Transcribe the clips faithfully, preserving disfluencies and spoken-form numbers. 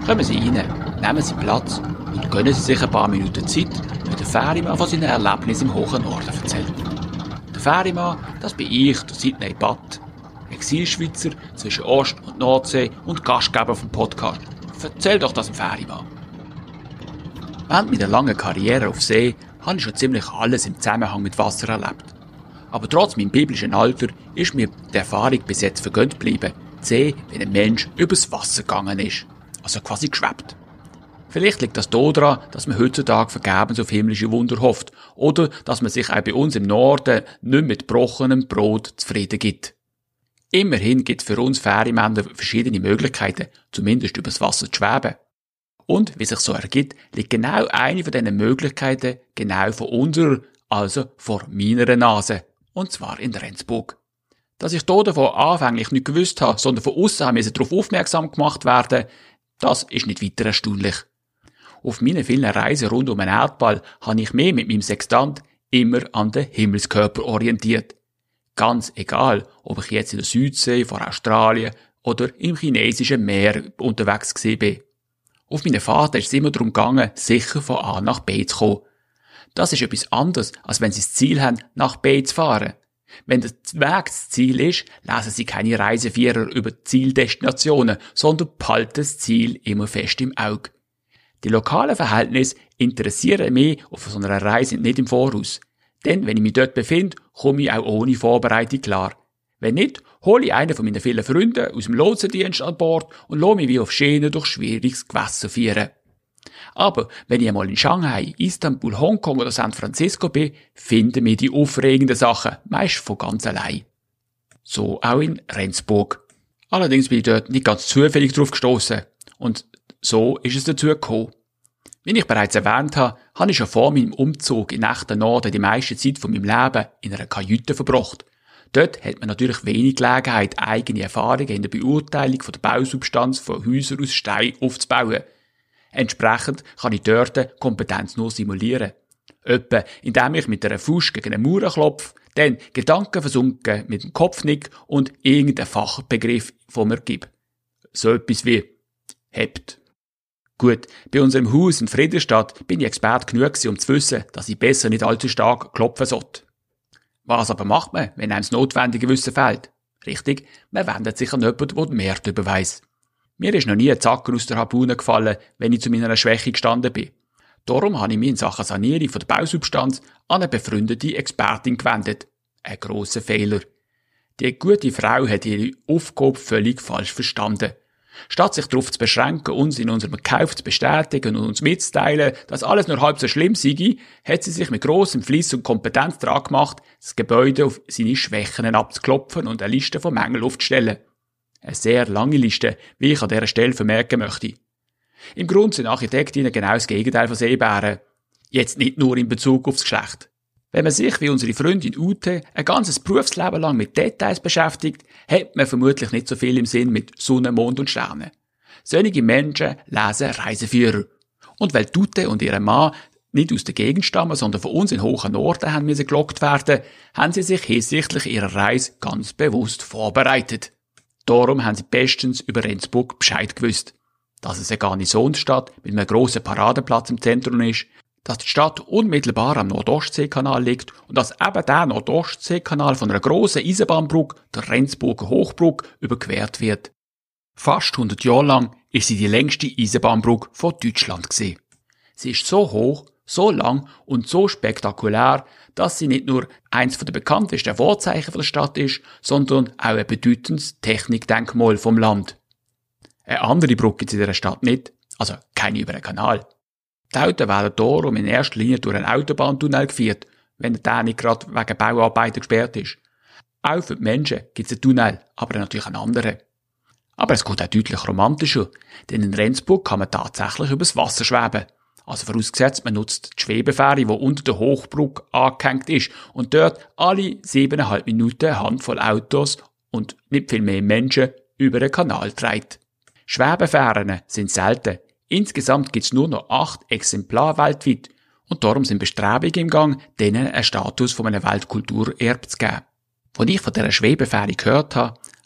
Kommen Sie rein, nehmen Sie Platz und gönnen Sie sich ein paar Minuten Zeit, wenn der Fährimann von seinen Erlebnissen im hohen Norden erzählt. Der Fährimann, das bin ich, der Sidney Batt, Exilschweizer zwischen Ost- und Nordsee und Gastgeber vom Podcast. Erzähl doch das dem Fährimann. Während meiner langen Karriere auf See habe ich schon ziemlich alles im Zusammenhang mit Wasser erlebt. Aber trotz meinem biblischen Alter ist mir die Erfahrung bis jetzt vergönnt geblieben, zu sehen, wie ein Mensch übers Wasser gegangen ist. Also quasi geschwebt. Vielleicht liegt das daran, dass man heutzutage vergebens auf himmlische Wunder hofft oder dass man sich auch bei uns im Norden nicht mit gebrochenem Brot zufrieden gibt. Immerhin gibt es für uns Fährimänner verschiedene Möglichkeiten, zumindest übers Wasser zu schweben. Und wie sich so ergibt, liegt genau eine von diesen Möglichkeiten genau vor unserer, also vor meiner Nase. Und zwar in Rendsburg. Dass ich hier davon anfänglich nicht gewusst habe, sondern von aussen haben wir darauf aufmerksam gemacht werden, das ist nicht weiter erstaunlich. Auf meinen vielen Reisen rund um den Erdball habe ich mich mit meinem Sextant immer an den Himmelskörper orientiert. Ganz egal, ob ich jetzt in der Südsee, vor Australien oder im chinesischen Meer unterwegs gewesen bin. Auf meinen Fahrten ist es immer darum gegangen, sicher von A nach B zu kommen. Das ist etwas anderes, als wenn Sie das Ziel haben, nach B zu fahren. Wenn der Weg das Ziel ist, lesen Sie keine Reisevierer über Zieldestinationen, sondern behalten das Ziel immer fest im Auge. Die lokalen Verhältnisse interessieren mich auf so einer Reise nicht im Voraus. Denn wenn ich mich dort befinde, komme ich auch ohne Vorbereitung klar. Wenn nicht, hole ich einen von meinen vielen Freunden aus dem Lotsendienst an Bord und lasse mich wie auf Schienen durch schwieriges Gewässer führen. Aber wenn ich einmal in Shanghai, Istanbul, Hongkong oder San Francisco bin, finden mich die aufregenden Sachen meist von ganz allein. So auch in Rendsburg. Allerdings bin ich dort nicht ganz zufällig drauf gestossen. Und so ist es dazu gekommen. Wie ich bereits erwähnt habe, habe ich schon vor meinem Umzug in echten Norden die meiste Zeit von meinem Leben in einer Kajüte verbracht. Dort hat man natürlich wenig Gelegenheit, eigene Erfahrungen in der Beurteilung von der Bausubstanz von Häusern aus Stein aufzubauen. Entsprechend kann ich dort Kompetenz nur simulieren. Etwa, indem ich mit einer Faust gegen eine Mauer klopfe, dann Gedanken versunken mit dem Kopf nick und irgendeinen Fachbegriff von mir gebe. So etwas wie «hebt». Gut, bei unserem Haus in Friedrichstadt bin ich Experte genug gewesen, um zu wissen, dass ich besser nicht allzu stark klopfen sollte. Was aber macht man, wenn einem das notwendige Wissen fehlt? Richtig, man wendet sich an jemanden, der mehr darüber weiss. Mir ist noch nie ein Zacker aus der Harpune gefallen, wenn ich zu meiner Schwäche gestanden bin. Darum habe ich mich in Sachen Sanierung von der Bausubstanz an eine befreundete Expertin gewendet. Ein grosser Fehler. Die gute Frau hat ihre Aufgabe völlig falsch verstanden. Statt sich darauf zu beschränken, uns in unserem Kauf zu bestätigen und uns mitzuteilen, dass alles nur halb so schlimm sei, hat sie sich mit grossem Fleiss und Kompetenz daran gemacht, das Gebäude auf seine Schwächen abzuklopfen und eine Liste von Mängeln aufzustellen. Eine sehr lange Liste, wie ich an dieser Stelle vermerken möchte. Im Grunde sind Architektinnen genau das Gegenteil von Seebären. Jetzt nicht nur in Bezug aufs Geschlecht. Wenn man sich, wie unsere Freundin Ute, ein ganzes Berufsleben lang mit Details beschäftigt, hat man vermutlich nicht so viel im Sinn mit Sonne, Mond und Sternen. Solche Menschen lesen Reiseführer. Und weil Ute und ihr Mann nicht aus der Gegend stammen, sondern von uns in hohen Norden haben müssen gelockt werden, haben sie sich hinsichtlich ihrer Reise ganz bewusst vorbereitet. Darum haben sie bestens über Rendsburg Bescheid gewusst. Dass es eine Garnisonsstadt mit einem grossen Paradeplatz im Zentrum ist, dass die Stadt unmittelbar am Nordostseekanal liegt und dass eben der Nordostseekanal von einer grossen Eisenbahnbrücke, der Rendsburger Hochbrücke, überquert wird. Fast hundert Jahre lang ist sie die längste Eisenbahnbrücke von Deutschland gewesen. Sie ist so hoch, so lang und so spektakulär, dass sie nicht nur eins der bekanntesten Vorzeichen der Stadt ist, sondern auch ein bedeutendes Technikdenkmal vom Land. Eine andere Brücke gibt es in dieser Stadt nicht, also keine über einen Kanal. Die Autos werden darum in erster Linie durch einen Autobahntunnel geführt, wenn der nicht gerade wegen Bauarbeiten gesperrt ist. Auch für die Menschen gibt es einen Tunnel, aber natürlich einen anderen. Aber es geht auch deutlich romantischer, denn in Rendsburg kann man tatsächlich übers Wasser schweben. Also vorausgesetzt, man nutzt die Schwebefähre, die unter der Hochbrücke angehängt ist und dort alle siebeneinhalb Minuten eine Handvoll Autos und nicht viel mehr Menschen über den Kanal treibt. Schwebefähren sind selten. Insgesamt gibt es nur noch acht Exemplare weltweit und darum sind Bestrebungen im Gang, denen einen Status von einem Weltkulturerbe zu geben. Als ich von dieser Schwebefähre gehört habe,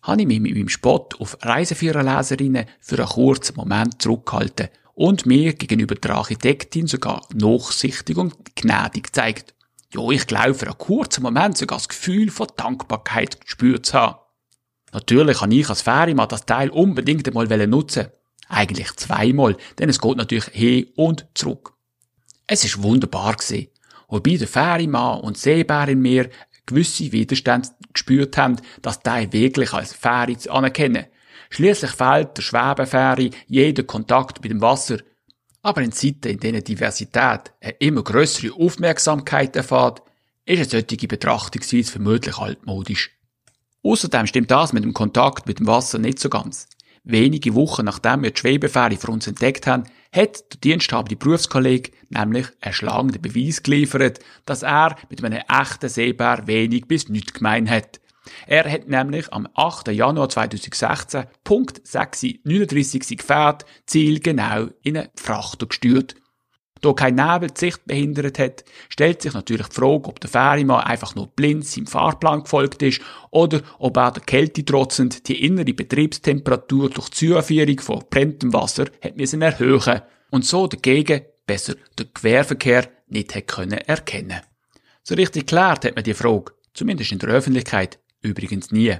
habe ich mich mit meinem Spott auf Reiseführerleserinnen für einen kurzen Moment zurückgehalten und mir gegenüber der Architektin sogar nachsichtig und gnädig gezeigt. Ja, ich glaube, für einen kurzen Moment sogar das Gefühl von Dankbarkeit gespürt zu haben. Natürlich habe ich als Ferienmann das Teil unbedingt einmal nutzen. Eigentlich zweimal, denn es geht natürlich hin und zurück. Es ist wunderbar gewesen, wobei der Ferienmann und Seebär in mir gewisse Widerstände gespürt haben, das Teil wirklich als Fähre zu anerkennen. Schliesslich fehlt der Schwebefähre jeder Kontakt mit dem Wasser. Aber in Zeiten, in denen Diversität eine immer grössere Aufmerksamkeit erfährt, ist eine solche Betrachtungsweise vermutlich altmodisch. Außerdem stimmt das mit dem Kontakt mit dem Wasser nicht so ganz. Wenige Wochen nachdem wir die Schwebefähre für uns entdeckt haben, hat der diensthabende Berufskollege nämlich einen schlagenden Beweis geliefert, dass er mit einem echten Seebär wenig bis nichts gemein hat. Er hat nämlich am achten Januar zweitausendsechzehn Punkt sechs Uhr neununddreißig gefährt, zielgenau in einen Frachter gesteuert. Da kein Nebel die Sicht behindert hat, stellt sich natürlich die Frage, ob der Ferienmann einfach nur blind seinem Fahrplan gefolgt ist oder ob er der Kälte trotzend die innere Betriebstemperatur durch die Zuführung von brennendem Wasser hat müssen erhöhen und so dagegen besser den Querverkehr nicht hat können erkennen. So richtig geklärt hat man die Frage, zumindest in der Öffentlichkeit, übrigens nie.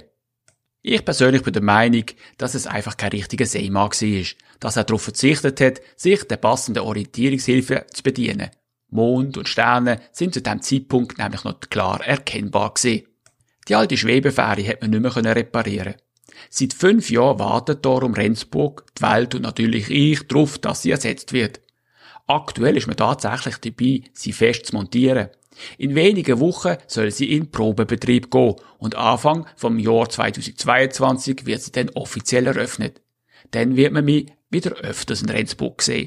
Ich persönlich bin der Meinung, dass es einfach kein richtiger Seemann war, dass er darauf verzichtet hat, sich der passenden Orientierungshilfe zu bedienen. Mond und Sterne sind zu diesem Zeitpunkt nämlich noch klar erkennbar gewesen. Die alte Schwebefähre hat man nicht mehr reparieren. Seit fünf Jahren wartet darum Rendsburg, die Welt und natürlich ich darauf, dass sie ersetzt wird. Aktuell ist man tatsächlich dabei, sie fest zu montieren. In wenigen Wochen soll sie in Probebetrieb gehen und Anfang vom Jahr zweitausendzweiundzwanzig wird sie dann offiziell eröffnet. Dann wird man mich wieder öfters in Rendsburg sehen.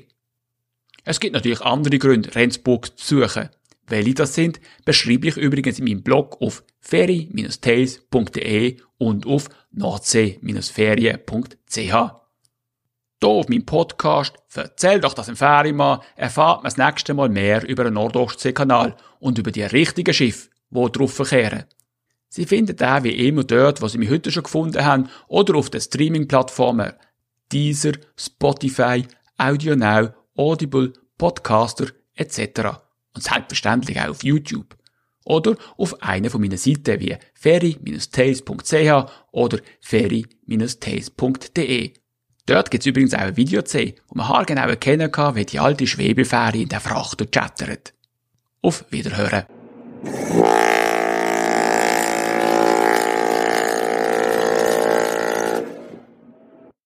Es gibt natürlich andere Gründe, Rendsburg zu suchen. Welche das sind, beschreibe ich übrigens in meinem Blog auf ferry Bindestrich tales Punkt de und auf nordsee Bindestrich ferien Punkt c h. Hier auf meinem Podcast «Erzähl doch das im Ferienmann» erfahrt man das nächste Mal mehr über den Nordostseekanal und über die richtigen Schiffe, die drauf verkehren. Sie finden auch wie immer dort, wo Sie mich heute schon gefunden haben, oder auf den Streaming-Plattformen Deezer, Spotify, AudioNow, Audible, Podcaster et cetera. Und selbstverständlich auch auf YouTube. Oder auf einer von meinen Seiten wie ferry Bindestrich tales Punkt c h oder ferry Bindestrich tales Punkt de. Dort gibt's übrigens auch ein Video zu sehen, wo man haargenau erkennen kann, wie die alte Schwebefähre in der Frachter chattert. Auf Wiederhören.